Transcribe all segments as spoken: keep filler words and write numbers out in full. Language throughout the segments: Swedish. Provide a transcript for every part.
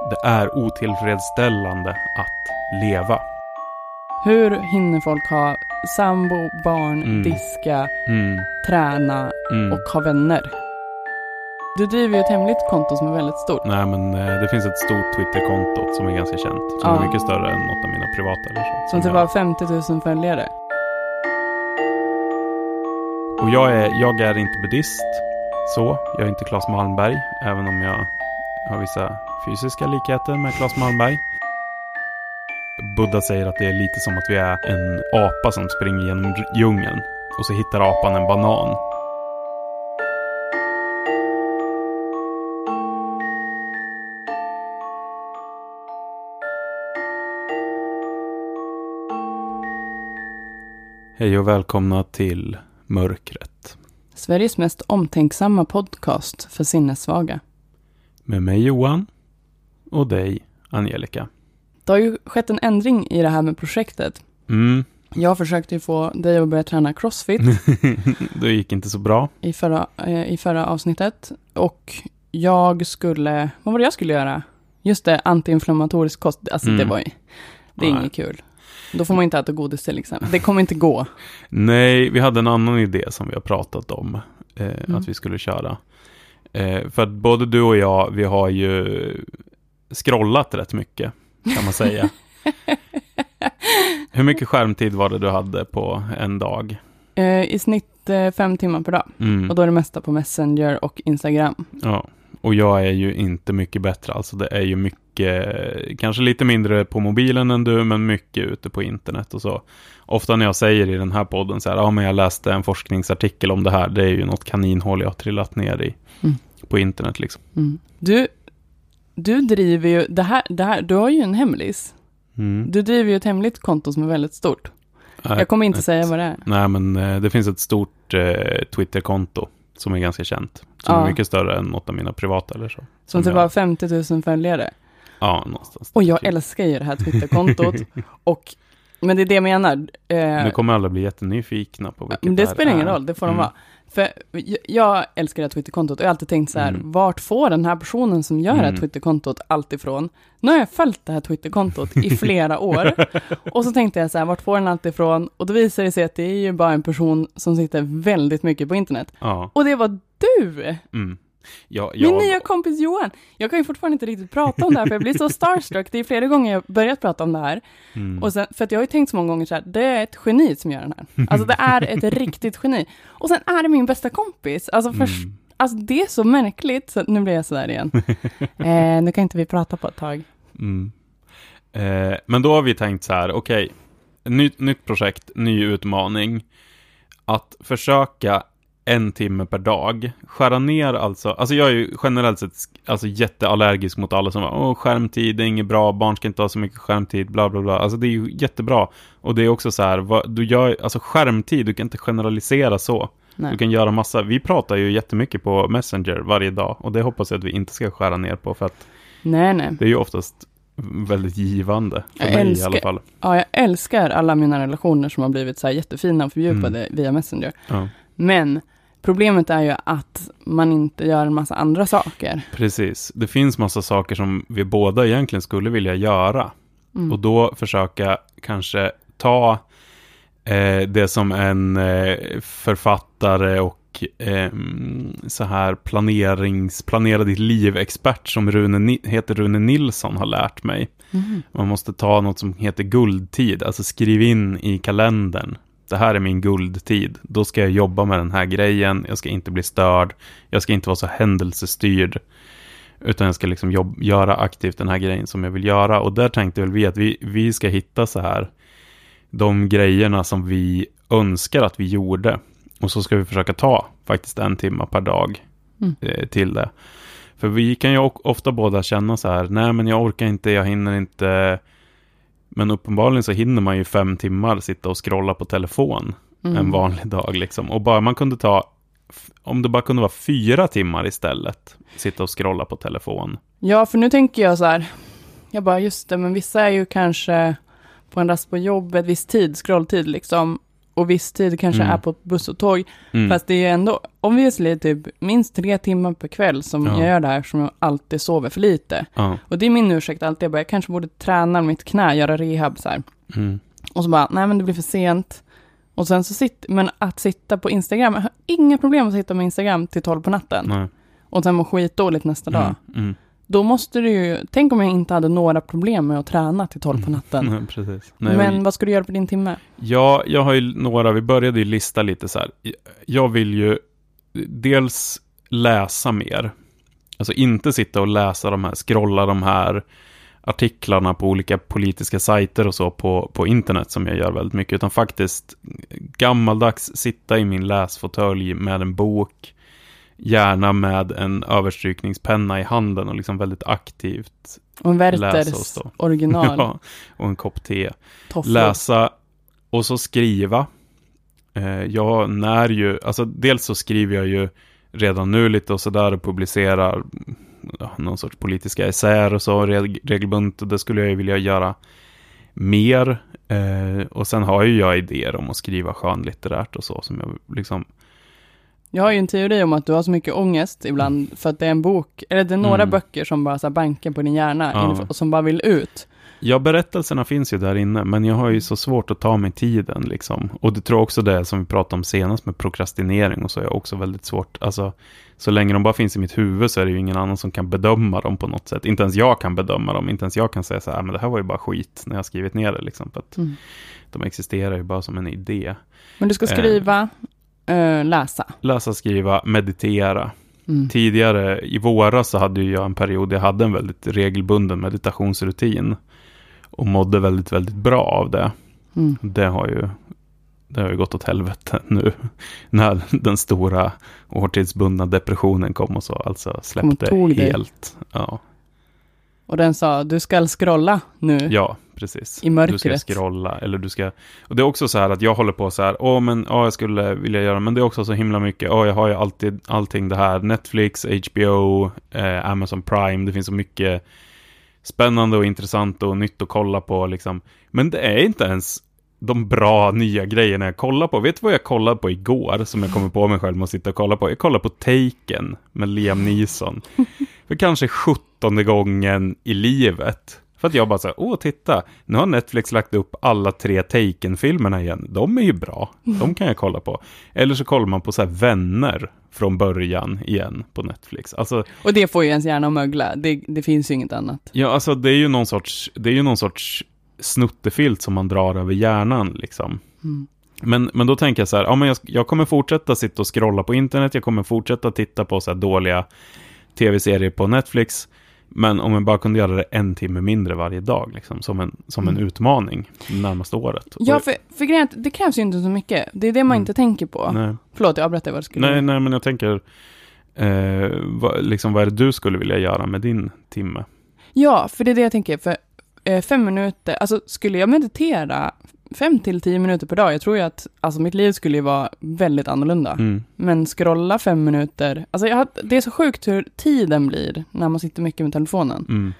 Det är otillfredsställande att leva. Hur hinner folk ha sambo, barn, Mm. diska, Mm. träna Mm. och ha vänner? Du driver ju ett hemligt konto som är väldigt stort. Nej, men eh, det finns ett stort Twitter-konto som är ganska känt. Som Ja. är mycket större än något av mina privata eller så. Som typ jag- har femtio tusen följare. Och jag är, jag är inte buddhist. Så, jag är inte Claes Malmberg. Även om jag har vissa fysiska likheter med Claes Malmberg. Buddha säger att det är lite som att vi är en apa som springer genom djungeln. Och så hittar apan en banan. Hej och välkomna till Mörkret. Sveriges mest omtänksamma podcast för sinnessvaga. Med mig Johan och dig Angelica. Det har ju skett en ändring i det här med projektet. Mm, Jag försökte ju få dig att börja träna crossfit det gick inte så bra. i, förra, eh, i förra avsnittet. Och jag skulle... Vad var det jag skulle göra? Just det, antiinflammatorisk kost. Alltså Mm. det var ju... Det är Nej. inget kul. Då får man inte äta godis till exempel. Det kommer inte gå. Nej, vi hade en annan idé som vi har pratat om. Eh, Mm. Att vi skulle köra. Eh, för att både du och jag, vi har ju scrollat rätt mycket, kan man säga. Hur mycket skärmtid var det du hade på en dag? Eh, I snitt eh, fem timmar per dag. Mm. Och då är det mesta på Messenger och Instagram. Ja, och jag är ju inte mycket bättre. Alltså det är ju mycket, kanske lite mindre på mobilen än du, men mycket ute på internet och så. Ofta när jag säger i den här podden så här, ja men jag läste en forskningsartikel om det här. Det är ju något kaninhål jag har trillat ner i Mm. på internet liksom. Mm. Du, du driver ju... Det här, det här, du har ju en hemlis. Mm. Du driver ju ett hemligt konto som är väldigt stort. Nej, Jag kommer inte ett- säga vad det är. Nej, men eh, det finns ett stort eh, Twitter-konto som är ganska känt. Som Ja. är mycket större än något av mina privata eller så. Som typ jag- har femtio tusen följare. Ja, någonstans. Och jag Typ. älskar ju det här Twitterkontot. och, men det är det jag menar. Eh, Nu kommer alla bli jättenyfikna på vilket men det här spelar ingen är. roll, det får de Mm. vara. För jag, jag älskar det här Twitterkontot och jag har alltid tänkt så här, Mm. vart får den här personen som gör det här Mm. Twitterkontot allt ifrån? Nu har jag följt det här Twitterkontot i flera år. Och så tänkte jag så här, vart får den allt ifrån? Och då visar det sig att det är ju bara en person som sitter väldigt mycket på internet. Ja. Och det var du! Mm. Ja, Min jag, nya kompis Johan. Jag kan ju fortfarande inte riktigt prata om det här för jag blir så starstruck. Det är flera gånger jag börjat prata om det här. mm. Och sen, för att jag har ju tänkt så många gånger så här, det är ett geni som gör den här. Alltså det är ett riktigt geni. Och sen är det min bästa kompis. Alltså, för, Mm. alltså det är så märkligt. Så nu blir jag så där igen. eh, nu kan inte vi prata på ett tag. Mm. Eh, men då har vi tänkt så här, okej, nytt, nytt projekt, ny utmaning. Att försöka en timme per dag. Skära ner alltså. Alltså jag är ju generellt sett alltså jätteallergisk mot alla som var, åh skärmtid är inget bra, barn ska inte ha så mycket skärmtid, bla bla bla. Alltså det är ju jättebra. Och det är också så här, vad, du gör, alltså skärmtid, du kan inte generalisera så. Nej. Du kan göra massa, vi pratar ju jättemycket på Messenger varje dag. Och det hoppas jag att vi inte ska skära ner på, för att nej, nej. det är ju oftast väldigt givande för Jag mig älskar- i alla fall. Ja, jag älskar alla mina relationer som har blivit så här jättefina och fördjupade Mm. via Messenger. Ja, Men problemet är ju att man inte gör en massa andra saker. precis. Det finns massa saker som vi båda egentligen skulle vilja göra. Mm. Och då försöka kanske ta eh, det som en eh, författare och eh, så här planerings, planera ditt liv-expert som Rune, Ni- heter Rune Nilsson har lärt mig. Mm. Man måste ta något som heter guldtid. Alltså skriv in i kalendern. Det här är min guldtid. Då ska jag jobba med den här grejen. Jag ska inte bli störd. Jag ska inte vara så händelsestyrd. Utan jag ska liksom jobb- göra aktivt den här grejen som jag vill göra. Och där tänkte väl vi att vi, vi ska hitta så här de grejerna som vi önskar att vi gjorde. Och så ska vi försöka ta faktiskt en timme per dag Mm. eh, till det. För vi kan ju o- ofta båda känna så här, nej men jag orkar inte, jag hinner inte. Men uppenbarligen så hinner man ju fem timmar sitta och scrolla på telefon Mm. en vanlig dag liksom. Och bara man kunde ta, f- om det bara kunde vara fyra timmar istället, sitta och scrolla på telefon. Ja, för nu tänker jag så här, jag bara just det, men vissa är ju kanske på en rast på jobbet, viss tid, scrolltid liksom, och viss tid kanske Mm. är på buss och tåg. Mm. Fast det är ändå obviously typ minst tre timmar per kväll som Ja. jag gör det här som jag alltid sover för lite. Ja. Och det är min ursäkt alltid. Jag, bara, jag kanske borde träna mitt knä, göra rehab så här. Mm. Och så bara, nej men det blir för sent. Och sen så sitter, men att sitta på Instagram, jag har inga problem att sitta med Instagram till tolv på natten. Nej. Och sen må skitdåligt nästa dag. Mm. Mm. Då måste du ju, tänk om jag inte hade några problem med att träna till tolv på natten. Nej, precis. Nej, Men och- vad ska du göra på din timme? Ja, jag har ju några, vi började ju lista lite så här. Jag vill ju dels läsa mer. Alltså inte sitta och läsa de här, scrolla de här artiklarna på olika politiska sajter och så på, på internet som jag gör väldigt mycket. Utan faktiskt gammaldags sitta i min läsfåtölj med en bok. Gärna med en överstrykningspenna i handen och liksom väldigt aktivt Och en läsa och Werthers så. original. Ja, och en kopp te. Tofflor. Läsa och så skriva. Eh, jag när ju, alltså dels så skriver jag ju redan nu lite och sådär och publicerar ja, någon sorts politiska essäer och så reg- regelbundet, och det skulle jag ju vilja göra mer. Eh, och sen har ju jag idéer om att skriva skönlitterärt och så som jag liksom. Jag har ju en teori om att du har så mycket ångest ibland för att det är en bok, eller det är några Mm. böcker som bara så här bankar på din hjärna Ja. inför, och som bara vill ut. Ja, berättelserna finns ju där inne, men jag har ju så svårt att ta mig tiden liksom. Och det tror jag också det som vi pratade om senast med prokrastinering och så är jag också väldigt svårt. Alltså, så länge de bara finns i mitt huvud så är det ju ingen annan som kan bedöma dem på något sätt. Inte ens jag kan bedöma dem, inte ens jag kan säga så här, men det här var ju bara skit när jag skrivit ner det liksom. För att Mm. de existerar ju bara som en idé. Men du ska skriva, eh, läsa. Läsa, skriva, meditera. Mm. Tidigare i våras så hade ju jag en period, jag hade en väldigt regelbunden meditationsrutin. Och mådde väldigt, väldigt bra av det. Mm. Det har ju det har ju gått åt helvete nu. När den stora årtidsbundna depressionen kom och så. Alltså släppte tog dig. helt. Ja. Och den sa, du ska scrolla nu. ja, precis. I mörkret. Du ska scrolla. Eller du ska, och det är också så här att jag håller på så här. Åh, men åh, jag skulle vilja göra. Men det är också så himla mycket. Åh, jag har ju alltid allting det här. Netflix, H B O, eh, Amazon Prime. Det finns så mycket spännande och intressant och nytt att kolla på liksom. Men det är inte ens de bra nya grejerna jag kollar på. Vet du vad jag kollade på igår som jag kommer på mig själv med att sitta och kolla på? Jag kollade på Taken med Liam Neeson. För kanske sjuttonde gången i livet. För att jag bara så här, åh titta, nu har Netflix lagt upp alla tre Taken-filmerna igen. De är ju bra, de kan jag kolla på. Eller så kollar man på så här Vänner från början igen på Netflix. Alltså, Och det får ju ens hjärna att mögla. Det, det finns ju inget annat. ja, alltså det är ju någon sorts, det är ju någon sorts snuttefilt som man drar över hjärnan liksom. Mm. Men, men då tänker jag så här, ja, men jag, jag kommer fortsätta sitta och scrolla på internet, jag kommer fortsätta titta på så här dåliga tv-serier på Netflix, men om jag bara kunde göra det en timme mindre varje dag liksom, som en, som en Mm. utmaning närmaste året. Ja, Och- för, för grejen är att det krävs ju inte så mycket. Det är det man Mm. inte tänker på. nej. Förlåt, jag avbröt dig vad du skulle Nej, nej, men jag tänker eh, vad, liksom, vad är det du skulle vilja göra med din timme? Ja, för det är det jag tänker. För eh, fem minuter, alltså skulle jag meditera fem till tio minuter per dag, jag tror ju att alltså, mitt liv skulle ju vara väldigt annorlunda. Mm. Men scrolla fem minuter, alltså jag har, det är så sjukt hur tiden blir när man sitter mycket med telefonen. Mm.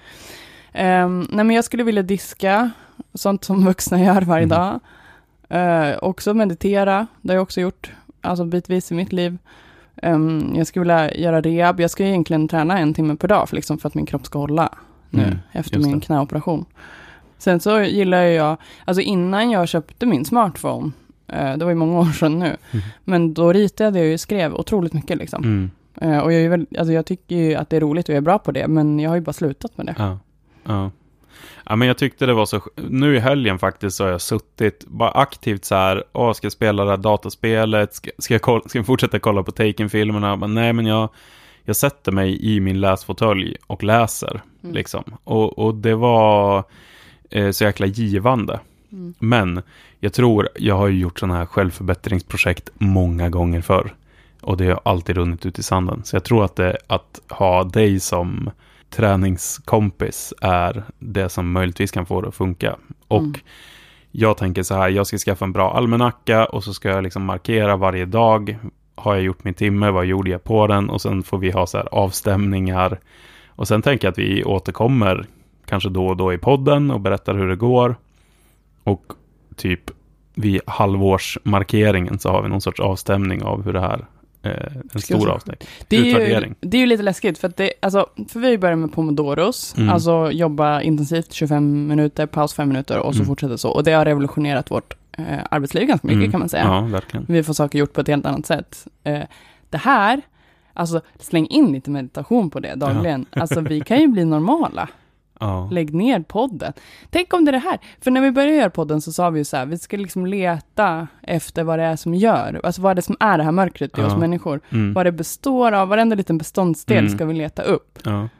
Um, nej men jag skulle vilja diska, sånt som vuxna gör varje Mm. dag. Uh, också meditera, det har jag också gjort, alltså bitvis i mitt liv. Um, jag skulle vilja göra rehab, jag ska egentligen träna en timme per dag för, liksom för att min kropp ska hålla nu Mm, efter just min det. knäoperation. Sen så gillar jag, alltså innan jag köpte min smartphone, uh, det var ju många år sedan nu, Mm. men då ritade jag ju, skrev otroligt mycket liksom. Mm. Uh, och jag, är ju väl, alltså jag tycker ju att det är roligt och jag är bra på det, men jag har ju bara slutat med det. Ja. Ja. Ja, men jag tyckte det var så, nu i helgen faktiskt så har jag suttit bara aktivt så här, åh, ska jag spela det här dataspelet, ska, ska, jag, kolla, ska jag fortsätta kolla på Taken-filmerna, men nej, men jag, jag sätter mig i min läsfåtölj och läser Mm. liksom, och, och det var eh, så jäkla givande. Mm. Men jag tror, jag har ju gjort sådana här självförbättringsprojekt många gånger förr, och det har alltid runnit ut i sanden, så jag tror att det, att ha dig som träningskompis är det som möjligtvis kan få det att funka. Och Mm. jag tänker så här, jag ska skaffa en bra almanacka och så ska jag liksom markera varje dag, har jag gjort min timme, vad gjorde jag på den, och sen får vi ha så här avstämningar, och sen tänker jag att vi återkommer kanske då och då i podden och berättar hur det går, och typ vid halvårsmarkeringen så har vi någon sorts avstämning av hur det här eh, en stor avstämning. Det är, ju, det är ju lite läskigt för att det, alltså, för vi börjar med Pomodoros, mm. alltså jobba intensivt tjugofem minuter, paus fem minuter och så mm. fortsätter så. Och det har revolutionerat vårt eh, arbetsliv ganska mycket mm. kan man säga. Ja, verkligen. Vi får saker gjort på ett helt annat sätt. Eh, det här, alltså släng in lite meditation på det dagligen. Ja. Alltså vi kan ju bli normala. Ja. Lägg ner podden. Tänk om det är det här. För när vi började göra podden så sa vi ju så här, vi ska liksom leta efter vad det är som gör. Alltså vad det är som är det här mörkret i ja. oss människor. Mm. Vad det består av, varenda liten beståndsdel mm. ska vi leta upp. Ja.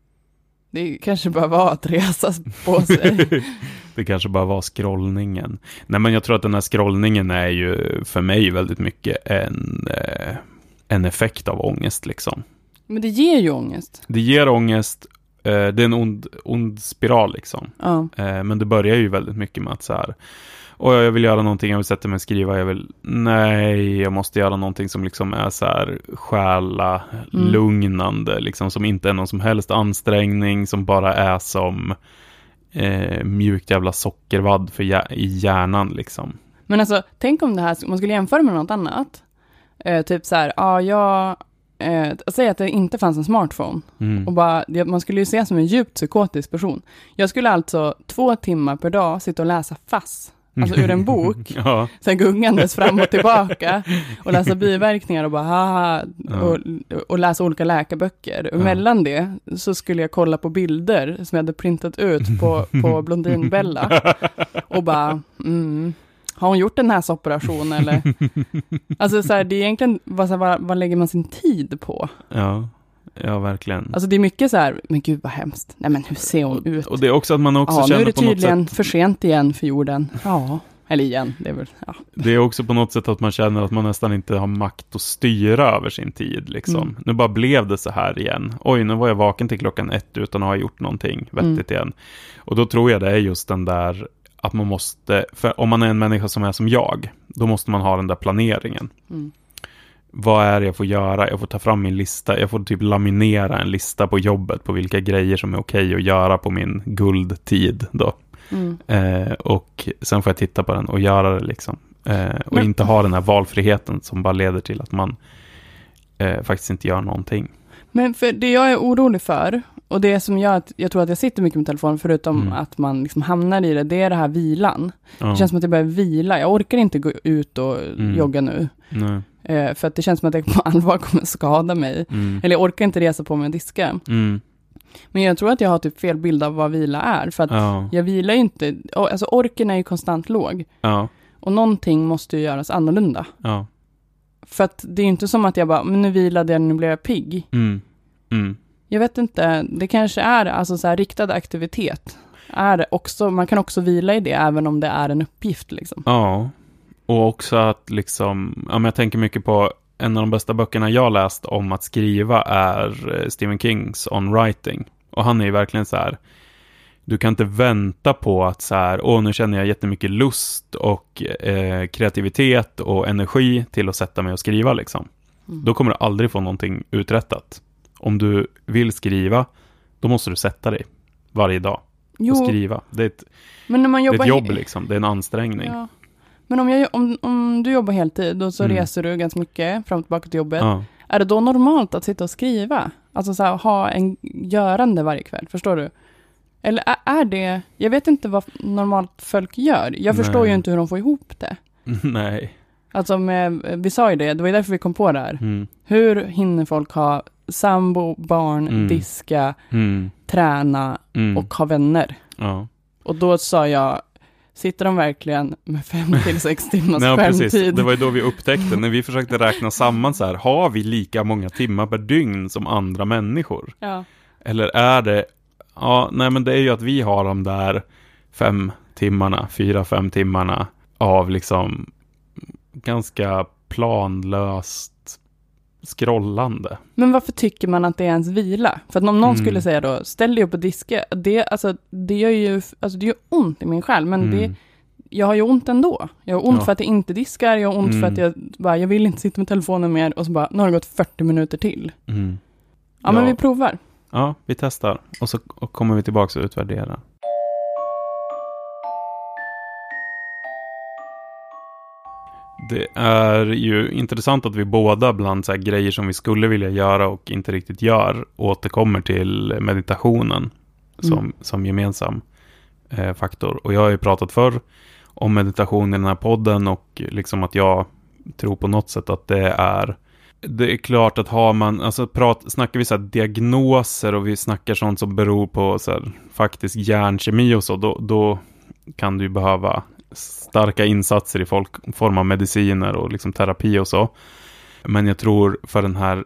Det kanske bara var att resa på sig. Det kanske bara var scrollningen. Nej, men jag tror att den här scrollningen är ju för mig väldigt mycket en, eh, en effekt av ångest liksom. Men det ger ju ångest. Det ger ångest. Det är en ond, ond spiral liksom. Ja. Men det börjar ju väldigt mycket med att så här, och jag vill göra någonting, jag vill sätta mig och skriva, jag vill, nej, jag måste göra någonting som liksom är så här själa, mm. lugnande, liksom, som inte är någon som helst ansträngning, som bara är som eh, mjukt jävla sockervadd för hjär- i hjärnan liksom. Men alltså, tänk om det här, man skulle jämföra med något annat. Eh, typ så här, ja, jag Eh, säga att det inte fanns en smartphone mm. och bara, det, man skulle ju se som en djupt psykotisk person. Jag skulle alltså två timmar per dag sitta och läsa Fass, alltså ur en bok, ja. Sen gungandes fram och tillbaka och läsa biverkningar och bara haha, ja. och, och läsa olika läkarböcker. Och ja. Mellan det så skulle jag kolla på bilder som jag hade printat ut på, på Blondin Bella och bara mm, har hon gjort en näsoperation eller? Alltså så här, det är egentligen, vad, så här, vad, vad lägger man sin tid på? Ja, ja verkligen. Alltså det är mycket så här, men gud vad hemskt. Nej men hur ser hon ut? Och det är också att man också ja, känner nu är det på något tydligen sätt... för sent igen för jorden. Ja, eller igen. Det är väl, ja. Det är också på något sätt att man känner att man nästan inte har makt att styra över sin tid liksom. Mm. Nu bara blev det så här igen. Oj, nu var jag vaken till klockan ett utan att ha gjort någonting vettigt mm. igen. Och då tror jag det är just den där att man måste, för om man är en människa som är som jag, då måste man ha den där planeringen. Mm. Vad är det jag får göra? Jag får ta fram min lista. Jag får typ laminera en lista på jobbet på vilka grejer som är okej att göra på min guldtid då. Mm. Eh, och sen får jag titta på den och göra det liksom. Eh, och Men... inte ha den här valfriheten som bara leder till att man eh, faktiskt inte gör någonting. Men för det jag är orolig för, och det som gör att jag tror att jag sitter mycket med telefonen, förutom mm. att man liksom hamnar i det, det är det här vilan. Ja. Det känns som att jag börjar vila. Jag orkar inte gå ut och mm. jogga nu. Nej. Eh, för att det känns som att jag på allvar kommer skada mig. Mm. Eller jag orkar inte resa på mig och diska. Mm. Men jag tror att jag har typ fel bild av vad vila är. För att ja. jag vilar ju inte, alltså orken är ju konstant låg. Ja. Och någonting måste ju göras annorlunda. Ja. För att det är ju inte som att jag bara, men nu vilade jag, nu blev jag pigg. Mm. Mm. Jag vet inte, det kanske är alltså så här riktad aktivitet. Är det också, man kan också vila i det även om det är en uppgift liksom. Ja, och också att liksom, ja, men jag tänker mycket på en av de bästa böckerna jag läst om att skriva är Stephen Kings On Writing. Och han är ju verkligen så här, du kan inte vänta på att så här, åh nu känner jag jättemycket lust och eh, kreativitet och energi till att sätta mig och skriva liksom. Mm. Då kommer du aldrig få någonting uträttat. Om du vill skriva, då måste du sätta dig varje dag jo. och skriva. Det är ett, Men när man jobbar det är ett jobb liksom, det är en ansträngning. Ja. Men om, jag, om, om du jobbar heltid och så mm. reser du ganska mycket fram och tillbaka till jobbet. Ja. Är det då normalt att sitta och skriva? Alltså så här, ha en görande varje kväll, förstår du? Eller är det, jag vet inte vad normalt folk gör. Jag Nej. förstår ju inte hur de får ihop det. Nej. Alltså med, vi sa ju det, det var därför vi kom på det här. Mm. Hur hinner folk ha sambo, barn, mm. diska, mm. träna mm. och ha vänner? Ja. Och då sa jag, sitter de verkligen med fem till sex timmars Nej, skärmtid? Precis. Det var ju då vi upptäckte, när vi försökte räkna samman så här, har vi lika många timmar per dygn som andra människor? Ja. Eller är det, ja, nej men det är ju att vi har de där fem timmarna, fyra, fem timmarna av liksom ganska planlöst scrollande. Men varför tycker man att det är ens vila? För att om någon mm. skulle säga då, ställ dig upp och diska, det, alltså, det gör ju alltså, det gör ont i min själ, men mm. det, jag har ju ont ändå. Jag har ont ja. för att jag inte diskar, jag har ont mm. för att jag bara, jag vill inte sitta med telefonen mer och så bara, nu har det gått fyrtio minuter till. Mm. Ja, ja, men vi provar. Ja, vi testar och så och kommer vi tillbaka och utvärderar. Det är ju intressant att vi båda bland så här grejer som vi skulle vilja göra och inte riktigt gör återkommer till meditationen som, mm. som gemensam eh, faktor. Och jag har ju pratat förr om meditation i den här podden och liksom att jag tror på något sätt att det är det är klart att har man, alltså prat, snackar vi så här diagnoser och vi snackar sånt som beror på så här, faktisk hjärnkemi och så, då, då kan du ju behöva starka insatser i folk, form av mediciner och liksom terapi och så. Men jag tror för den här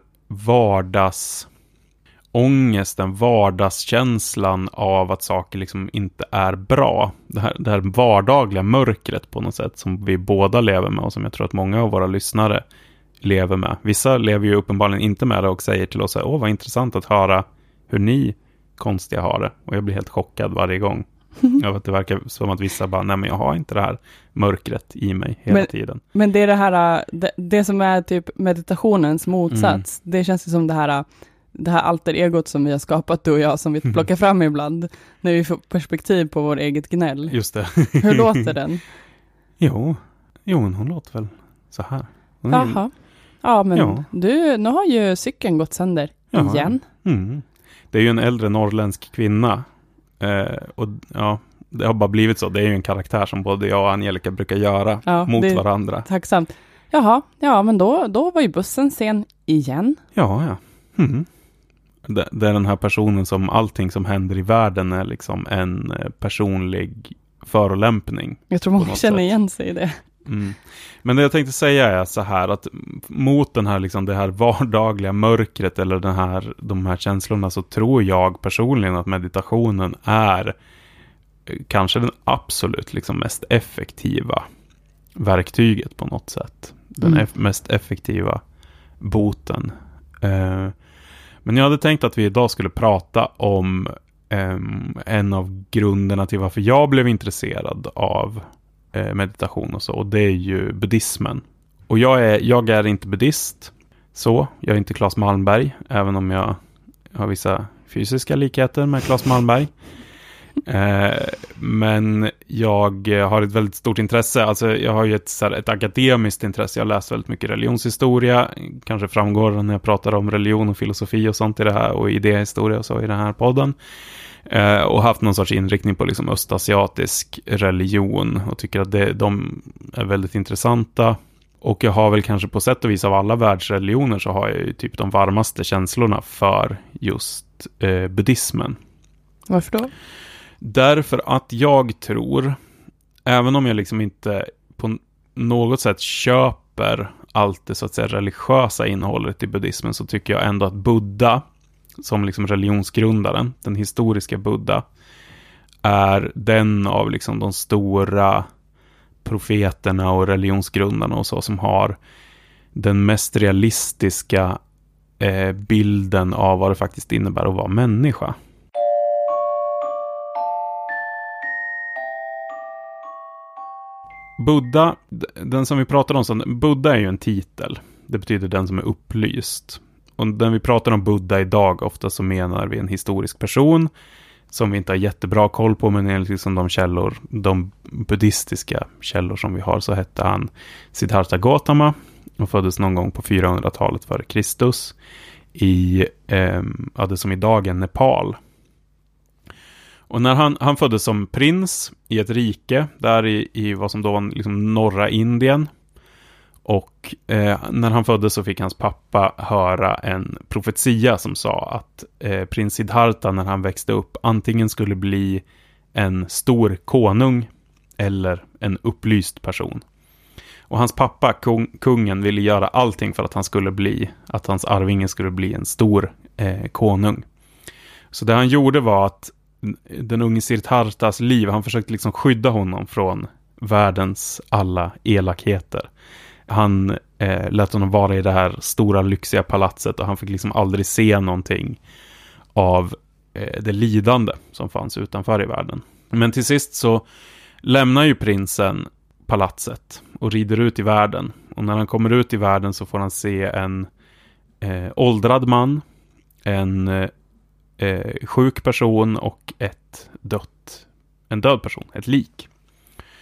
vardagsångesten, vardagskänslan av att saker liksom inte är bra. Det här, det här vardagliga mörkret på något sätt som vi båda lever med och som jag tror att många av våra lyssnare lever med. Vissa lever ju uppenbarligen inte med det och säger till oss, åh vad intressant att höra hur ni konstiga har det. Och jag blir helt chockad varje gång. Av att det verkar som att vissa bara, nej men jag har inte det här mörkret i mig hela men, tiden. Men det är det här, det, det som är typ meditationens motsats. Mm. Det känns ju som det här, det här alter egot som vi har skapat du och jag, som vi plockar fram ibland när vi får perspektiv på vår eget gnäll. Just det. Hur låter den? Jo, jo hon låter väl så här. Jaha. Ja, men ja. Du, nu har ju cykeln gått sönder Jaha. igen. Mm. Det är ju en äldre norrländsk kvinna. Eh, och ja, det har bara blivit så. Det är ju en karaktär som både jag och Angelica brukar göra ja, mot det, varandra. Tacksamt. Jaha, ja men då, då var ju bussen sen igen. Ja, ja. Mm. Det, det är den här personen som allting som händer i världen är liksom en personlig förolämpning. Jag tror många känner igen sig i det. Mm. Men det jag tänkte säga är så här att mot den här, liksom, det här vardagliga mörkret eller den här, de här känslorna så tror jag personligen att meditationen är kanske den absolut liksom, mest effektiva verktyget på något sätt. Den mm. eff- mest effektiva boten. Eh, men jag hade tänkt att vi idag skulle prata om eh, en av grunderna till varför jag blev intresserad av meditation och så, och det är ju buddhismen. Och jag är, jag är inte buddhist så, jag är inte Claes Malmberg, även om jag har vissa fysiska likheter med Claes Malmberg. eh, men jag har ett väldigt stort intresse, alltså jag har ju ett, så här, ett akademiskt intresse, jag har läst väldigt mycket religionshistoria, kanske framgår när jag pratar om religion och filosofi och sånt i det här, och idéhistoria och så i den här podden. Eh, och haft någon sorts inriktning på liksom östasiatisk religion och tycker att det, de är väldigt intressanta. Och jag har väl kanske på sätt och vis av alla världsreligioner så har jag ju typ de varmaste känslorna för just eh, buddhismen. Varför då? Därför att jag tror, även om jag liksom inte på något sätt köper allt det så att säga religiösa innehållet i buddhismen, så tycker jag ändå att Buddha som liksom religionsgrundaren, den historiska Buddha, är den av liksom de stora profeterna och religionsgrundarna och så som har den mest realistiska eh, bilden av vad det faktiskt innebär att vara människa. Buddha, den som vi pratar om, så Buddha är ju en titel. Det betyder den som är upplyst. Och när vi pratar om Buddha idag, ofta så menar vi en historisk person som vi inte har jättebra koll på, men enligt liksom de källor, de buddhistiska källor som vi har, så hette han Siddhartha Gautama och föddes någon gång på fyrahundratalet före Kristus i eh, ja, det som idag är Nepal. Och när han, han föddes som prins i ett rike där i, i vad som då var liksom norra Indien. Och eh, när han föddes så fick hans pappa höra en profetia som sa att eh, prins Siddhartha när han växte upp antingen skulle bli en stor konung eller en upplyst person. Och hans pappa, kung, kungen, ville göra allting för att han skulle bli, att hans arvinge skulle bli en stor eh, konung. Så det han gjorde var att den unge Siddharthas liv, han försökte liksom skydda honom från världens alla elakheter. Han eh, lät honom vara i det här stora lyxiga palatset och han fick liksom aldrig se någonting av eh, det lidande som fanns utanför i världen. Men till sist så lämnar ju prinsen palatset och rider ut i världen. Och när han kommer ut i världen så får han se en eh, åldrad man, en eh, sjuk person och ett dött, en död person, ett lik.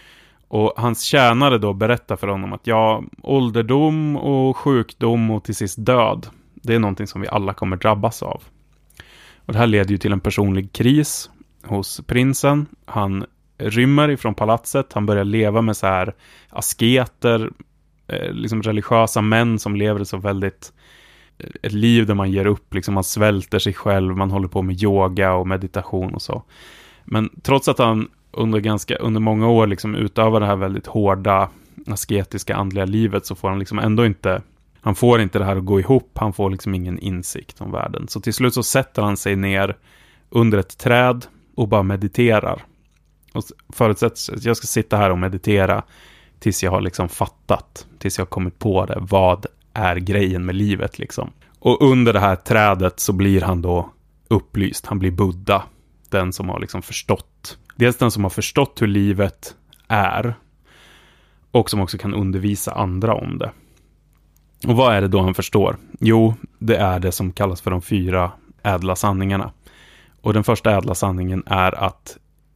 Och hans tjänare då berättar för honom att ja, ålderdom och sjukdom och till sist död, det är någonting som vi alla kommer drabbas av. Och det här leder ju till en personlig kris hos prinsen. Han rymmer ifrån palatset, han börjar leva med så här asketer, eh, liksom religiösa män som lever så väldigt, ett liv där man ger upp, liksom man svälter sig själv, man håller på med yoga och meditation och så. Men trots att han under, ganska, under många år liksom utövar det här väldigt hårda asketiska andliga livet, så får han liksom ändå inte, han får inte det här att gå ihop, han får liksom ingen insikt om världen. Så till slut så sätter han sig ner under ett träd och bara mediterar. Och förutsätts att jag ska sitta här och meditera tills jag har liksom fattat, tills jag har kommit på det, vad är grejen med livet liksom. Och under det här trädet så blir han då upplyst, han blir Buddha, den som har liksom förstått, dels den som har förstått hur livet är och som också kan undervisa andra om det. Och vad är det då han förstår? Jo, det är det som kallas för de fyra ädla sanningarna. Och den första ädla sanningen är att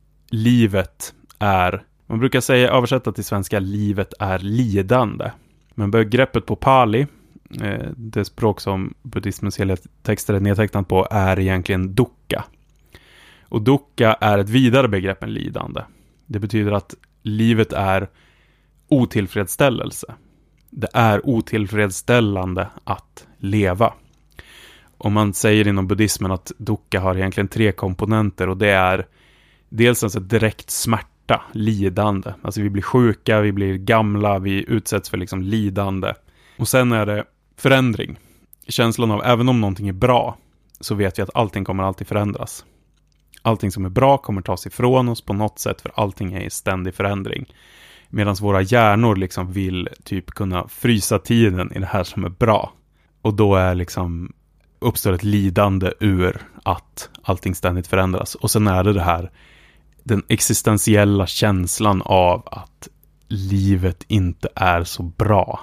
livet är, man brukar säga, översätta till svenska, livet är lidande. Men begreppet på Pali, eh, det språk som buddhismens hela texter är nedtecknat på, är egentligen dukkha. Och dukkha är ett vidare begrepp än lidande. Det betyder att livet är otillfredsställelse. Det är otillfredsställande att leva. Och man säger inom buddhismen att dukkha har egentligen tre komponenter, och det är dels alltså direkt smärta, lidande. Alltså vi blir sjuka, vi blir gamla, vi utsätts för liksom lidande. Och sen är det förändring. Känslan av, även om någonting är bra, så vet vi att allting kommer alltid förändras. Allting som är bra kommer tas ifrån oss på något sätt, för allting är i ständig förändring. Medan våra hjärnor liksom vill typ kunna frysa tiden i det här som är bra. Och då är liksom uppstår ett lidande ur att allting ständigt förändras. Och sen är det det här, den existentiella känslan av att livet inte är så bra.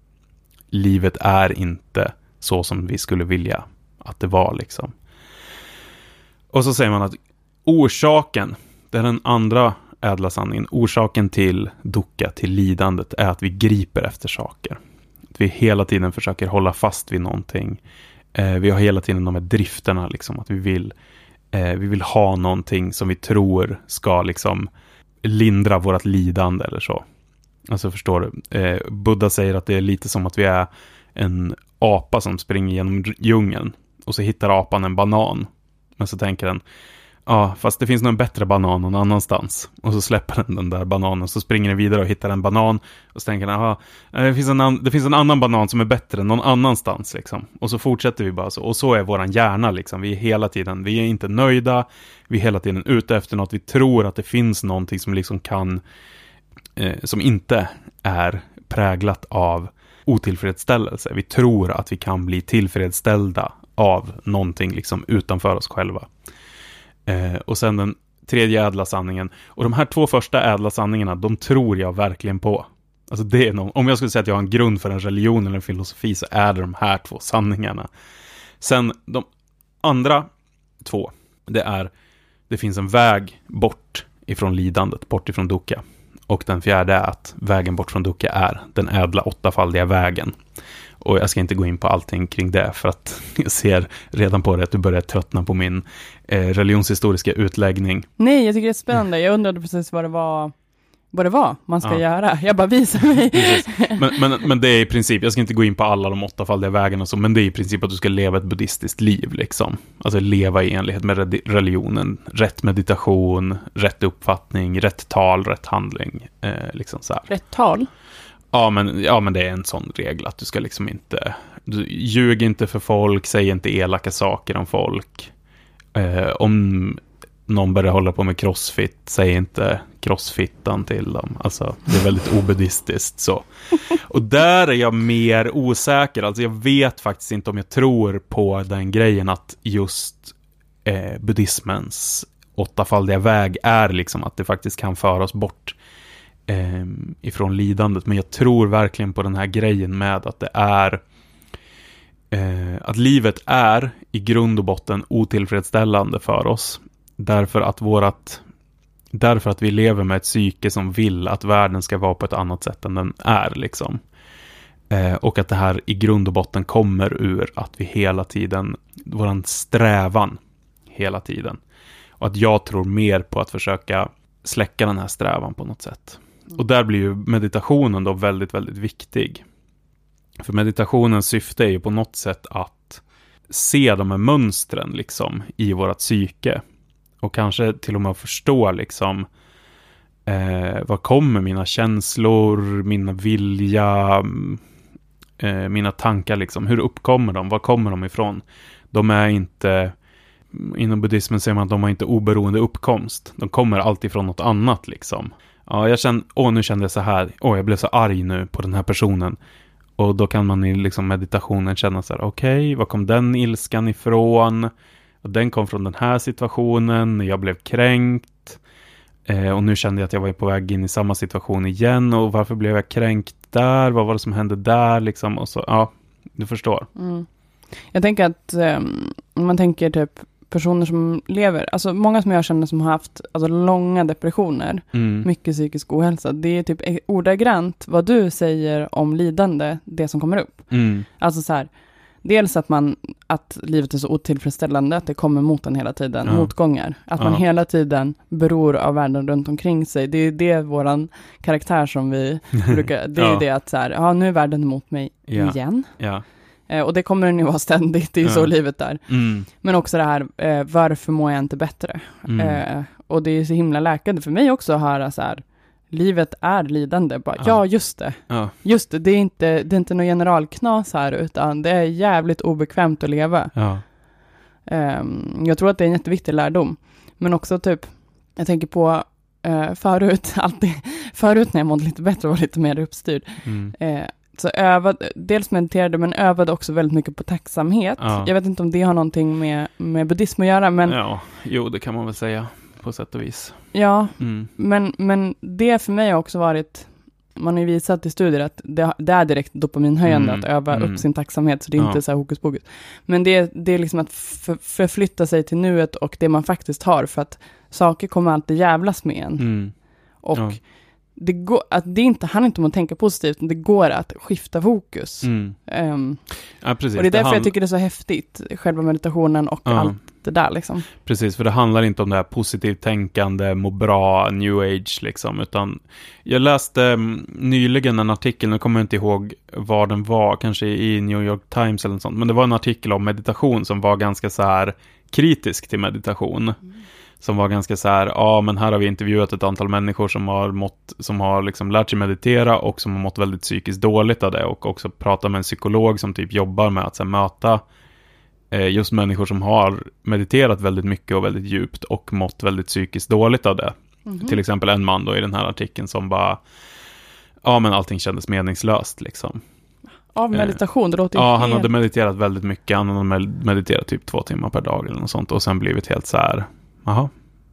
Livet är inte så som vi skulle vilja att det var liksom. Och så säger man att orsaken, det är den andra ädla sanningen, orsaken till dukkha, till lidandet, är att vi griper efter saker. Att vi hela tiden försöker hålla fast vid någonting. Eh, vi har hela tiden de här drifterna liksom, att vi vill eh, vi vill ha någonting som vi tror ska liksom lindra vårt lidande eller så. Alltså förstår du, eh, Buddha säger att det är lite som att vi är en apa som springer genom djungeln, och så hittar apan en banan, men så tänker den, ja, fast det finns nog en bättre banan någon annanstans. Och så släpper den den där bananen, så springer den vidare och hittar en banan, och så tänker den, aha, det finns en, an- det finns en annan banan som är bättre någon annanstans liksom. Och så fortsätter vi bara så. Och så är våran hjärna liksom. Vi är hela tiden, vi är inte nöjda, vi är hela tiden ute efter något. Vi tror att det finns någonting som liksom kan eh, som inte är präglat av otillfredsställelse. Vi tror att vi kan bli tillfredsställda av någonting liksom utanför oss själva. Eh, och sen den tredje ädla sanningen. Och de här två första ädla sanningarna, de tror jag verkligen på. Alltså det är någon, om jag skulle säga att jag har en grund för en religion eller en filosofi, så är det de här två sanningarna. Sen de andra två, det är, det finns en väg bort ifrån lidandet, bort ifrån dukkha. Och den fjärde är att vägen bort från dukkha är den ädla åttafaldiga vägen. Och jag ska inte gå in på allting kring det, för att jag ser redan på det att du börjar tröttna på min eh, religionshistoriska utläggning. Nej, jag tycker det är spännande. Jag undrade precis vad det var, vad det var man ska ja. göra. Jag bara visar mig. men, men, men det är i princip, jag ska inte gå in på alla de åttafaldiga vägarna och så, men det är i princip att du ska leva ett buddhistiskt liv liksom. Alltså leva i enlighet med religionen. Rätt meditation, rätt uppfattning, rätt tal, rätt handling. Eh, liksom så här. Rätt tal? Ja men, ja, men det är en sån regel att du ska liksom inte, du ljug inte för folk, säg inte elaka saker om folk. Eh, om någon börjar hålla på med crossfit, säg inte crossfittan till dem. Alltså, det är väldigt obuddhistiskt så. Och där är jag mer osäker. Alltså jag vet faktiskt inte om jag tror på den grejen att just eh, buddhismens åttafaldiga väg är liksom att det faktiskt kan föra oss bort Eh, ifrån lidandet, men jag tror verkligen på den här grejen med att det är eh, att livet är i grund och botten otillfredsställande för oss, därför att vårat Därför att vi lever med ett psyke som vill att världen ska vara på ett annat sätt än den är liksom. Eh, och att det här i grund och botten kommer ur att vi hela tiden, våran strävan hela tiden. Och att jag tror mer på att försöka släcka den här strävan på något sätt. Och där blir ju meditationen då väldigt, väldigt viktig. För meditationens syfte är ju på något sätt att se de här mönstren liksom i vårat psyke. Och kanske till och med förstå liksom eh, vad kommer mina känslor, mina vilja, eh, mina tankar liksom. Hur uppkommer de? Var kommer de ifrån? De är inte, inom buddhismen säger man att de har inte oberoende uppkomst. De kommer alltid från något annat liksom. Ja, jag kände, åh nu kände jag så här, åh jag blev så arg nu på den här personen. Och då kan man i liksom meditationen känna så här, okej, okay, var kom den ilskan ifrån? Och den kom från den här situationen, jag blev kränkt. Eh, och nu kände jag att jag var på väg in i samma situation igen. Och varför blev jag kränkt där? Vad var det som hände där? Liksom, och så, ja, du förstår. Mm. Jag tänker att um, man tänker typ personer som lever, alltså många som jag känner som har haft alltså, långa depressioner, mm. mycket psykisk ohälsa, det är typ ordagrant vad du säger om lidande, det som kommer upp. Mm. Alltså så här, dels att man, att livet är så otillfredsställande, att det kommer mot en hela tiden, ja. motgångar. Att ja. man hela tiden beror av världen runt omkring sig. Det är det våran karaktär som vi brukar, det är ja. det att så här, ja nu är världen emot mig ja. igen. Ja. Eh, och det kommer den ju vara ständigt, det är ju ja. så livet där. Mm. Men också det här, eh, varför mår jag inte bättre? Mm. Eh, och det är så himla läkande för mig också att höra så här, livet är lidande. Bara, ja. ja, just det. Ja. Just det, det är inte, det är inte någon generalknas här, utan det är jävligt obekvämt att leva. Ja. Um, jag tror att det är en jätteviktig lärdom. Men också typ, jag tänker på uh, förut, alltid, förut när jag mådde lite bättre och var lite mer uppstyrd. Mm. Uh, så övade, dels mediterade men övade också väldigt mycket på tacksamhet. Ja. Jag vet inte om det har någonting med, med buddhism att göra. Men, ja, jo det kan man väl säga på sätt och vis. Ja, mm. men, men det för mig har också varit, man har ju visat i studier att det, det är direkt dopaminhöjande mm. att öva mm. upp sin tacksamhet, så det är ja. inte så här hokus pokus. Men det, det är liksom att för, förflytta sig till nuet och det man faktiskt har, för att saker kommer alltid jävlas med en. Mm. Och ja. det går, att det inte handlar inte om att tänka positivt, det går att skifta fokus. Mm. Um, ja, precis. Och det är därför det jag tycker det är så häftigt, själva meditationen och ja. allt det där liksom. Precis, för det handlar inte om det här positivt tänkande, må bra, new age liksom, utan jag läste um, nyligen en artikel, nu kommer jag inte ihåg var den var, kanske i New York Times eller något sånt, men det var en artikel om meditation som var ganska så här kritisk till meditation. Mm. Som var ganska så här, ja men här har vi intervjuat ett antal människor som har mått, som har liksom lärt sig meditera och som har mått väldigt psykiskt dåligt av det, och också pratat med en psykolog som typ jobbar med att så här, möta eh, just människor som har mediterat väldigt mycket och väldigt djupt och mått väldigt psykiskt dåligt av det. Mm-hmm. Till exempel en man då i den här artikeln som bara, ja men allting kändes meningslöst liksom. Av meditation, det låter ju Ja, helt... han hade mediterat väldigt mycket, han hade mediterat typ två timmar per dag eller något sånt, och sen blivit helt så här, jaha,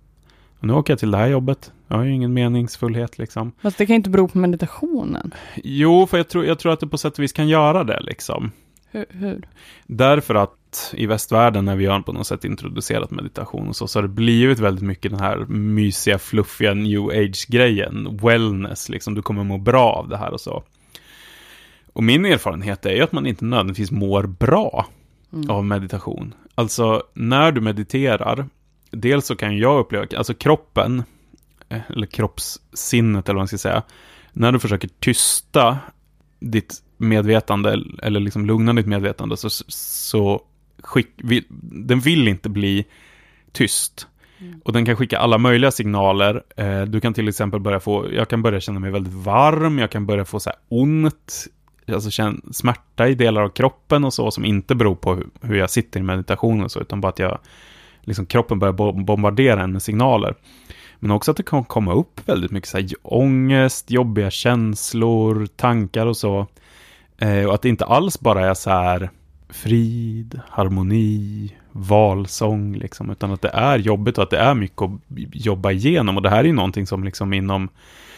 nu åker jag till det här jobbet. Jag har ju ingen meningsfullhet liksom. Fast det kan inte bero på meditationen. Jo, för jag tror, jag tror att det på sätt och vis kan göra det liksom. Hur? hur? Därför att i västvärlden när vi har på något sätt introducerat meditation och så, så har det blivit väldigt mycket den här mysiga, fluffiga new age-grejen. Wellness, liksom, du kommer må bra av det här och så. Och min erfarenhet är ju att man inte nödvändigtvis mår bra mm. av meditation. Alltså, när du mediterar, dels så kan jag uppleva, alltså kroppen, eller kroppssinnet eller vad man ska säga, när du försöker tysta ditt medvetande, eller liksom lugna ditt medvetande, så, så skick, vill, den vill inte bli tyst. Mm. Och den kan skicka alla möjliga signaler. Eh, du kan till exempel börja få, jag kan börja känna mig väldigt varm, jag kan börja få så här ont, alltså känna smärta i delar av kroppen och så, som inte beror på hur, hur jag sitter i meditation och så, utan bara att jag liksom kroppen börjar bombardera en med signaler. Men också att det kan komma upp väldigt mycket så här ångest, jobbiga känslor, tankar och så. Eh, och att det inte alls bara är så här frid, harmoni, valsång liksom, utan att det är jobbigt och att det är mycket att jobba igenom. Och det här är ju någonting som liksom inom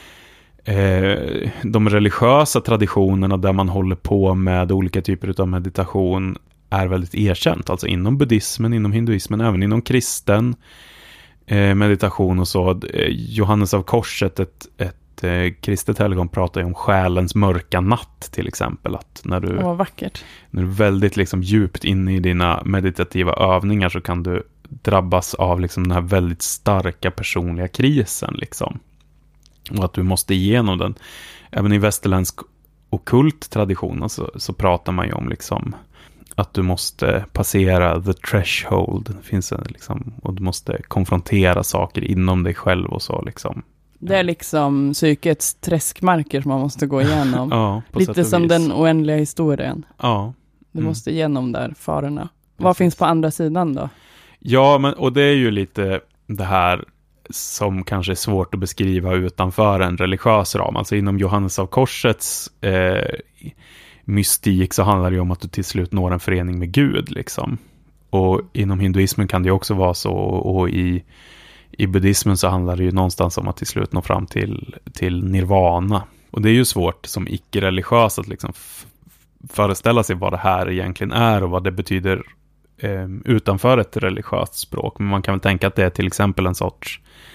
eh, de religiösa traditionerna där man håller på med olika typer av meditation är väldigt erkänt. Alltså inom buddhismen, inom hinduismen, även inom kristen eh, meditation och så. Eh, Johannes av Korset, ett, ett eh, kristet helgon, pratar ju om själens mörka natt till exempel. Att när du, Åh, vackert. när du är väldigt liksom, djupt inne i dina meditativa övningar så kan du drabbas av liksom, den här väldigt starka personliga krisen. Liksom. Och att du måste igenom den. Även i västerländsk ockult tradition så, så pratar man ju om liksom, att du måste passera the threshold. Det finns en, liksom, och du måste konfrontera saker inom dig själv och så. Liksom. Det är liksom psykets träskmarker som man måste gå igenom. Ja, lite som den oändliga historien. Ja. Du mm. måste igenom där farorna. Vad finns på andra sidan då? Ja, men, och det är ju lite det här som kanske är svårt att beskriva utanför en religiös ram. Alltså inom Johannes av Korsets eh, mystik så handlar det ju om att du till slut når en förening med Gud. Liksom. Och inom hinduismen kan det också vara så. Och i, i buddhismen så handlar det ju någonstans om att till slut nå fram till, till nirvana. Och det är ju svårt som icke-religiös att liksom f- föreställa sig vad det här egentligen är och vad det betyder eh, utanför ett religiöst språk. Men man kan väl tänka att det är till exempel en sorts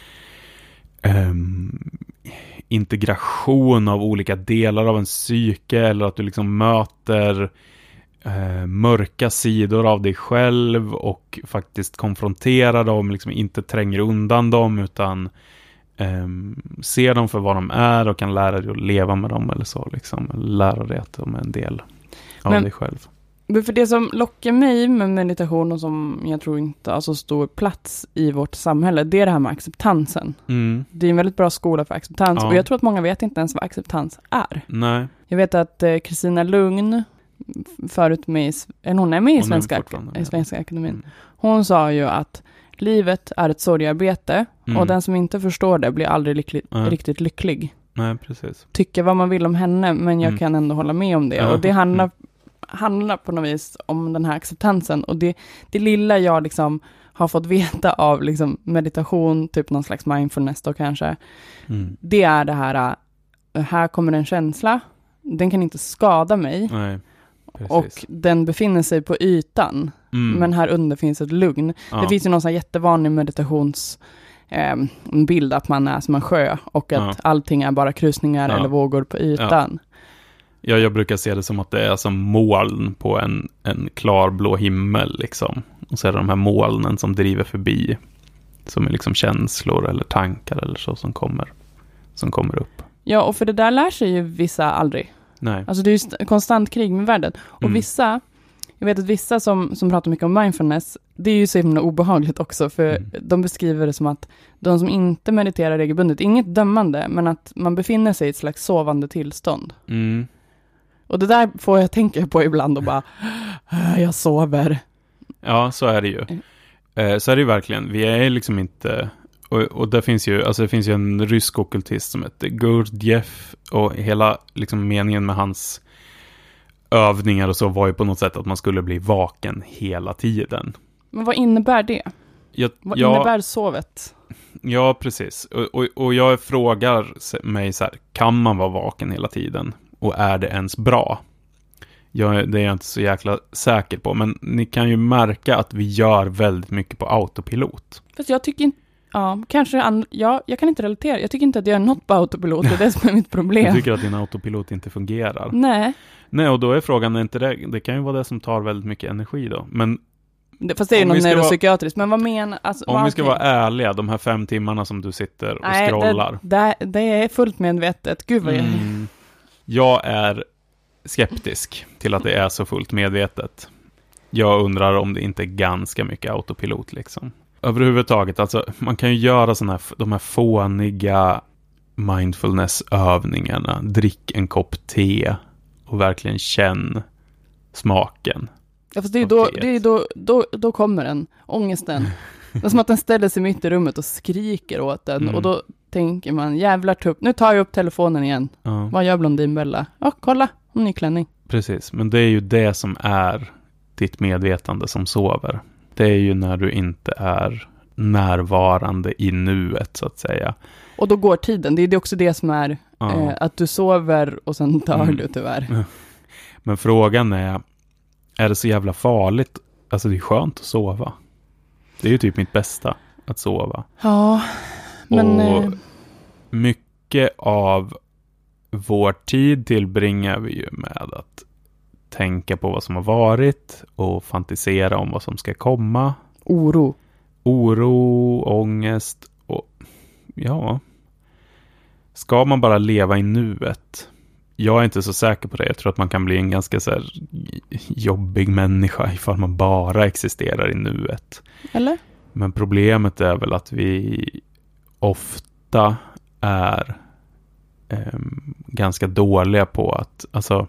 eh, integration av olika delar av en psyke, eller att du liksom möter eh, mörka sidor av dig själv och faktiskt konfronterar dem, liksom inte tränger undan dem utan eh, ser dem för vad de är och kan lära dig att leva med dem eller så, liksom, lära dig att de är en del av Men, dig själv. För det som lockar mig med meditation och som jag tror inte har så stor plats i vårt samhälle, det är det här med acceptansen. Mm. Det är en väldigt bra skola för acceptans Ja. och jag tror att många vet inte ens vad acceptans är. Nej. Jag vet att Kristina eh, Lugn förut med, eller hon är med i hon Svenska, i Svenska Akademin. Mm. Hon sa ju att livet är ett sorgarbete mm. och den som inte förstår det blir aldrig lycklig, Nej. riktigt lycklig. Nej, precis. Tycker vad man vill om henne, men jag mm. kan ändå hålla med om det. Ja. Och det handlar, handlar på något vis om den här acceptansen. Och det, det lilla jag liksom har fått veta av liksom meditation, typ någon slags mindfulness då kanske, mm. det är det här, här kommer en känsla, den kan inte skada mig. Nej. Precis. Och den befinner sig på ytan. Mm. Men här under finns ett lugn. Ja. Det finns ju någon sån här jättevanlig meditations eh, bild att man är som en sjö och att ja. allting är bara krusningar ja. eller vågor på ytan. Ja. ja, jag brukar se det som att det är som moln på en, en klarblå himmel liksom. Och så är det de här molnen som driver förbi, som är liksom känslor eller tankar eller så som kommer, som kommer upp. Ja, och för det där lär sig ju vissa aldrig. Nej. Alltså det är ju st- konstant krig med världen. Och mm. vissa, jag vet att vissa som, som pratar mycket om mindfulness, det är ju så himla obehagligt också, för mm. de beskriver det som att de som inte mediterar regelbundet, inget dömande, men att man befinner sig i ett slags sovande tillstånd. Mm. Och det där får jag tänka på ibland och bara, jag sover. Ja, så är det ju. Eh, så är det ju verkligen. Vi är liksom inte... Och, och det finns ju, alltså det finns ju en rysk ockultist som heter Gurdjieff, och hela liksom meningen med hans övningar och så var ju på något sätt att man skulle bli vaken hela tiden. Men vad innebär det? Jag, vad jag, innebär sovet? Ja, precis. Och, och, och jag frågar mig så här, kan man vara vaken hela tiden? Och är det ens bra? Jag, det är jag inte så jäkla säker på. Men ni kan ju märka att vi gör väldigt mycket på autopilot. Fast jag tycker inte... Ja, kanske and- ja, jag kan inte relatera. Jag tycker inte att jag är något på autopilot. Det är det som är mitt problem. Jag tycker att din autopilot inte fungerar. Nej. Nej, och då är frågan, är inte det, det kan ju vara det som tar väldigt mycket energi då. Men det, fast det är ju något neuropsykiatriskt. Men vad menar... Alltså, om vad, vi ska okay. vara ärliga, de här fem timmarna som du sitter och Nej, scrollar. Det, det, det är fullt medvetet. Gud vad jag... Mm, jag är skeptisk till att det är så fullt medvetet. Jag undrar om det inte är ganska mycket autopilot liksom. Överhuvudtaget, alltså man kan ju göra såna här, de här fåniga mindfulness-övningarna. Drick en kopp te och verkligen känn smaken. Ja, fast det är ju då, det är då, då, då kommer den, ångesten. Det är som att den ställer sig mitt i rummet och skriker åt den. Mm. Och då tänker man, jävlar tupp, nu tar jag upp telefonen igen. Ja. Vad gör Blondinbella? Ja, kolla, hon är i klänning. Precis, men det är ju det som är ditt medvetande som sover. Det är ju när du inte är närvarande i nuet så att säga. Och då går tiden. Det är också det som är ja. eh, att du sover och sen dör mm. du tyvärr. Men frågan är, är det så jävla farligt? Alltså det är skönt att sova. Det är ju typ mitt bästa. att sova. Ja, men... Och mycket av vår tid tillbringar vi ju med att tänka på vad som har varit och fantisera om vad som ska komma. Oro. Oro, ångest och ja. Ska man bara leva i nuet? Jag är inte så säker på det. Jag tror att man kan bli en ganska så här jobbig människa ifall man bara existerar i nuet. Eller? Men problemet är väl att vi ofta är eh, ganska dåliga på att alltså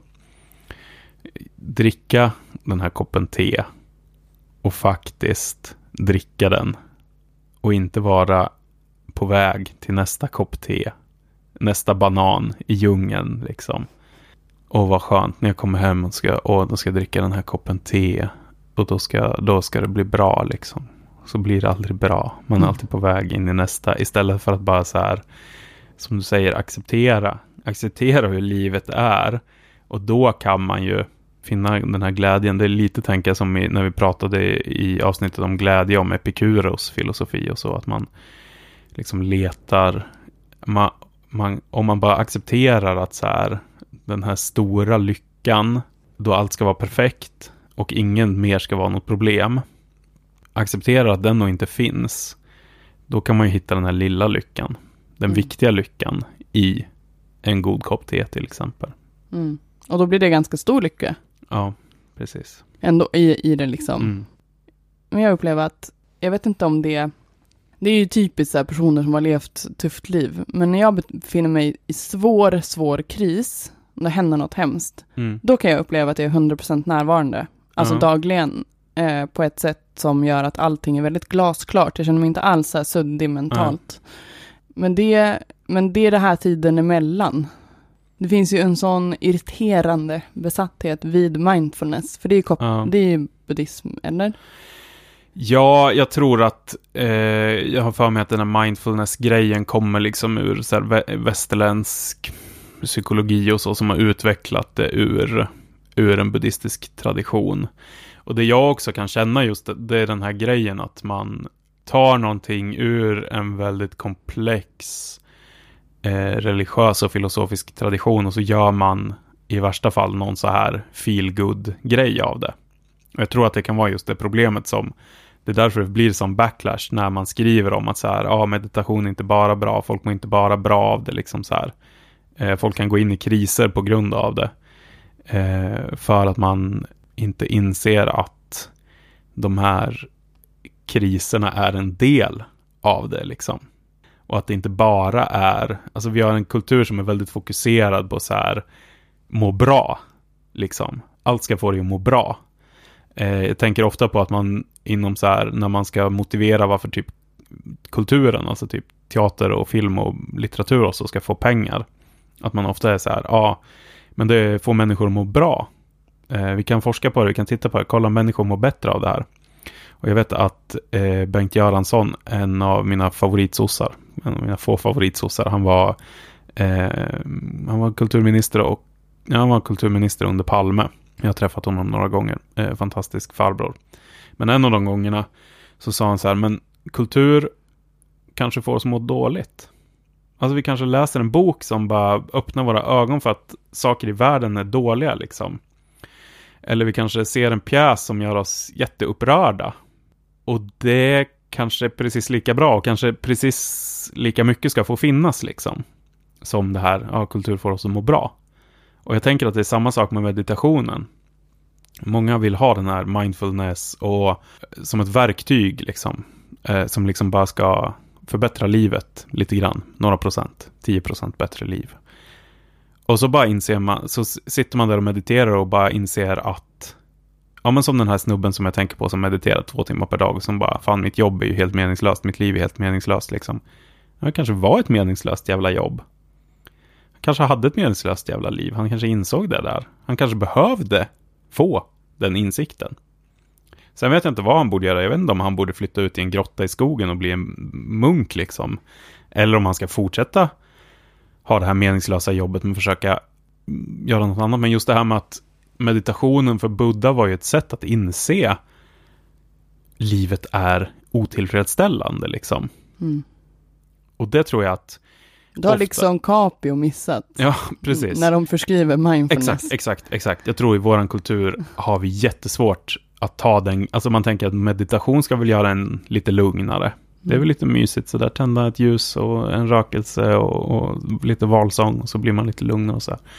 dricka den här koppen te och faktiskt dricka den och inte vara på väg till nästa kopp te, nästa banan i djungeln liksom. Och vad skönt när jag kommer hem och ska, och då ska jag dricka den här koppen te och då ska, då ska det bli bra liksom. Så blir det aldrig bra. Man är mm. alltid på väg in i nästa istället för att bara så här, som du säger, acceptera. Acceptera hur livet är. Och då kan man ju finna den här glädjen. Det är lite tänka som i, när vi pratade i avsnittet om glädje, om Epikuros filosofi och så. Att man liksom letar. Man, man, om man bara accepterar att så här, den här stora lyckan, då allt ska vara perfekt och ingen mer ska vara något problem. Accepterar att den nog inte finns. Då kan man ju hitta den här lilla lyckan. Den mm. viktiga lyckan i en god kopp te till exempel. Mm. Och då blir det ganska stor lycka. Ja, precis. Ändå i, i det liksom. Mm. Men jag upplever att, jag vet inte om det, det är ju typiskt så här personer som har levt tufft liv. Men när jag befinner mig i svår, svår kris, om det händer något hemskt, mm. då kan jag uppleva att jag är hundra procent närvarande. Alltså mm. dagligen eh, på ett sätt som gör att allting är väldigt glasklart. Jag känner mig inte alls så här suddig mentalt. Mm. Men, det, men det är det här tiden emellan. Det finns ju en sån irriterande besatthet vid mindfulness. För det är ju, kop- ja. det är ju buddhism, eller? Ja, jag tror att eh, jag har för mig att den här mindfulness-grejen kommer liksom ur så här vä- västerländsk psykologi och så, som har utvecklat det ur, ur en buddhistisk tradition. Och det jag också kan känna just det, det är den här grejen att man tar någonting ur en väldigt komplex eh, religiös och filosofisk tradition och så gör man i värsta fall någon så här feel-good-grej av det. Och jag tror att det kan vara just det problemet som, det är därför det blir som backlash när man skriver om att så här, ja, meditation är inte bara bra, folk mår inte bara bra av det liksom så här. Eh, folk kan gå in i kriser på grund av det. Eh, för att man inte inser att de här kriserna är en del av det liksom. Och att det inte bara är, alltså vi har en kultur som är väldigt fokuserad på så här må bra liksom. Allt ska få dig att må bra. Eh, jag tänker ofta på att man inom så här, när man ska motivera varför typ kulturen, alltså typ teater och film och litteratur också ska få pengar. Att man ofta är så här, ja, men det får människor att må bra. Eh, vi kan forska på det, vi kan titta på det, kolla om människor mår bättre av det här. Och jag vet att eh, Bengt Göransson, en av mina favoritsossar, en av mina få favoritsossar, han var eh, han var kulturminister och ja, han var kulturminister under Palme. Jag har träffat honom några gånger. Eh, fantastisk farbror. Men en av de gångerna så sa han så här, men kultur kanske får oss må dåligt. Alltså vi kanske läser en bok som bara öppnar våra ögon för att saker i världen är dåliga liksom. Eller vi kanske ser en pjäs som gör oss jätteupprörda. Och det kanske är precis lika bra och kanske precis lika mycket ska få finnas liksom. Som det här, ja, kultur får oss att må bra. Och jag tänker att det är samma sak med meditationen. Många vill ha den här mindfulness och som ett verktyg liksom. Eh, som liksom bara ska förbättra livet lite grann. Några procent, tio procent bättre liv. Och så bara inser man, så sitter man där och mediterar och bara inser att, ja men som den här snubben som jag tänker på som mediterar två timmar per dag och som bara, fan mitt jobb är ju helt meningslöst, mitt liv är helt meningslöst liksom. Det kanske var ett meningslöst jävla jobb. Han kanske hade ett meningslöst jävla liv, han kanske insåg det där. Han kanske behövde få den insikten. Sen vet jag inte vad han borde göra, jag vet inte om han borde flytta ut i en grotta i skogen och bli en munk liksom. Eller om han ska fortsätta ha det här meningslösa jobbet men försöka göra något annat. Men just det här med att meditationen för Buddha var ju ett sätt att inse livet är otillfredsställande liksom. Mm. Och det tror jag att du har ofta... liksom Capio missat. Ja, precis. När de förskriver mindfulness. Exakt, exakt, exakt. Jag tror i våran kultur har vi jättesvårt att ta den, alltså man tänker att meditation ska väl göra en lite lugnare. Mm. Det är väl lite mysigt så där, tända ett ljus och en rökelse och, och lite valsång och så blir man lite lugn och så här.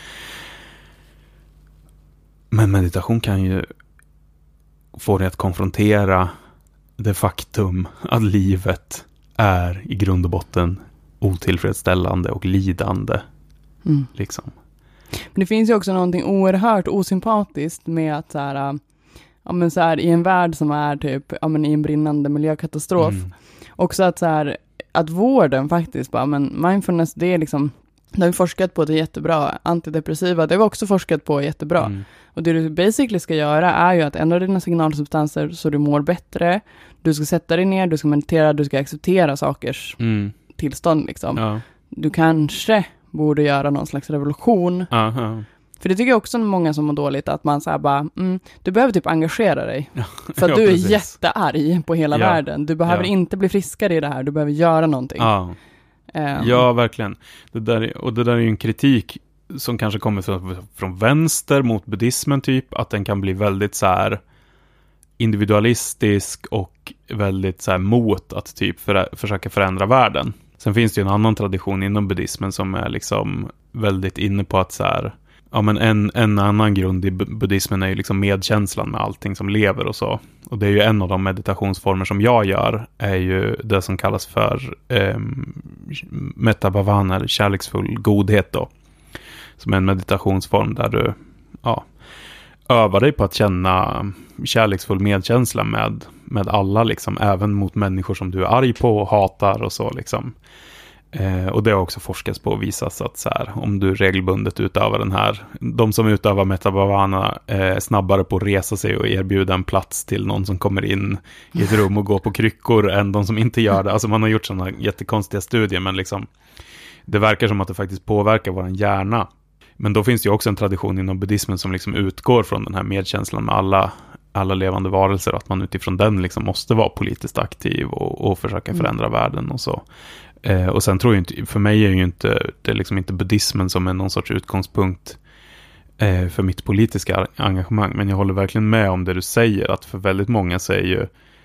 Men meditation kan ju få dig att konfrontera det faktum att livet är i grund och botten otillfredsställande och lidande. Mm. Liksom. Men det finns ju också någonting oerhört osympatiskt med att så här, ja, men så här, i en värld som är typ ja, men i en brinnande miljökatastrof. Mm. Också att så här, att vården faktiskt bara, men mindfulness, det är liksom, det har vi forskat på, det är jättebra. Antidepressiva, det har vi också forskat på jättebra. Mm. Och det du basically ska göra är ju att ändra dina signalsubstanser så du mår bättre. Du ska sätta dig ner, du ska meditera, du ska acceptera sakers mm. tillstånd liksom. Ja. Du kanske borde göra någon slags revolution. Aha. För det tycker jag också många som mår dåligt, att man säger bara, mm, du behöver typ engagera dig. Ja. För att ja, du är precis. jättearg på hela ja. världen. Du behöver ja. inte bli friskare i det här, du behöver göra någonting. Ja, um. ja verkligen. Det där, och det där är ju en kritik som kanske kommer från, från vänster mot buddhismen typ, att den kan bli väldigt så här individualistisk och väldigt så här mot att typ för, försöka förändra världen. Sen finns det ju en annan tradition inom buddhismen som är liksom väldigt inne på att så här, ja men en, en annan grund i buddhismen är ju liksom medkänslan med allting som lever och så. Och det är ju en av de meditationsformer som jag gör, är ju det som kallas för eh, metta bhavana, eller kärleksfull godhet då. Som är en meditationsform där du ja, övar dig på att känna kärleksfull medkänsla med, med alla liksom, även mot människor som du är arg på och hatar och så liksom. Eh, och det har också forskats på och visats att så här, om du regelbundet utövar den här, de som utövar metta bhavana är snabbare på att resa sig och erbjuda en plats till någon som kommer in i ett rum och går på kryckor än de som inte gör det. Alltså man har gjort sådana jättekonstiga studier, men liksom det verkar som att det faktiskt påverkar vår hjärna. Men då finns det ju också en tradition inom buddhismen som liksom utgår från den här medkänslan med alla, alla levande varelser, att man utifrån den liksom måste vara politiskt aktiv och, och försöka förändra mm. världen och så. Eh, och sen tror jag inte, för mig är ju inte, det är liksom inte buddhismen som är någon sorts utgångspunkt eh, för mitt politiska engagemang, men jag håller verkligen med om det du säger, att för väldigt många så är ju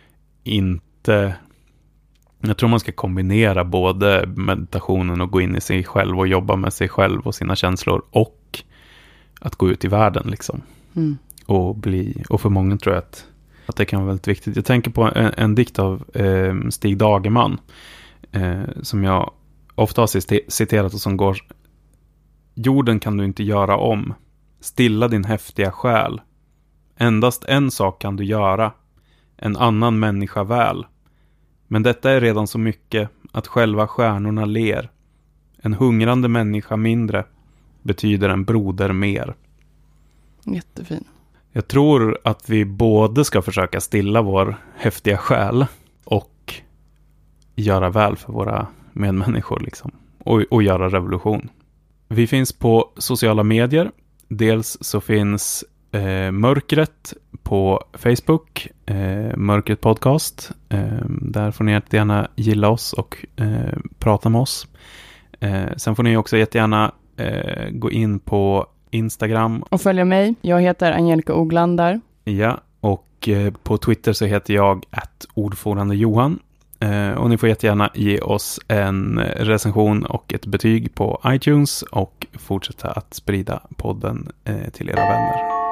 inte, jag tror man ska kombinera både meditationen och gå in i sig själv och jobba med sig själv och sina känslor och att gå ut i världen liksom. Mm. Och bli, och för många tror jag att, att det kan vara väldigt viktigt. Jag tänker på en, en dikt av eh, Stig Dagerman eh, som jag ofta har citerat och som går: jorden kan du inte göra om, stilla din häftiga själ. Endast en sak kan du göra, en annan människa väl. Men detta är redan så mycket att själva stjärnorna ler. En hungrande människa mindre betyder en broder mer. Jättefin. Jag tror att vi både ska försöka stilla vår häftiga själ och göra väl för våra medmänniskor liksom. Och, och göra revolution. Vi finns på sociala medier. Dels så finns eh, Mörkret på Facebook, eh, Mörkret Podcast. Eh, där får ni jättegärna gilla oss och eh, prata med oss. Eh, sen får ni också jättegärna eh, gå in på Instagram. Och följa mig. Jag heter Angelica Oglandar. Ja, och eh, på Twitter så heter jag at ordförande Johan. Eh, och ni får jättegärna ge oss en recension och ett betyg på iTunes och fortsätta att sprida podden eh, till era vänner.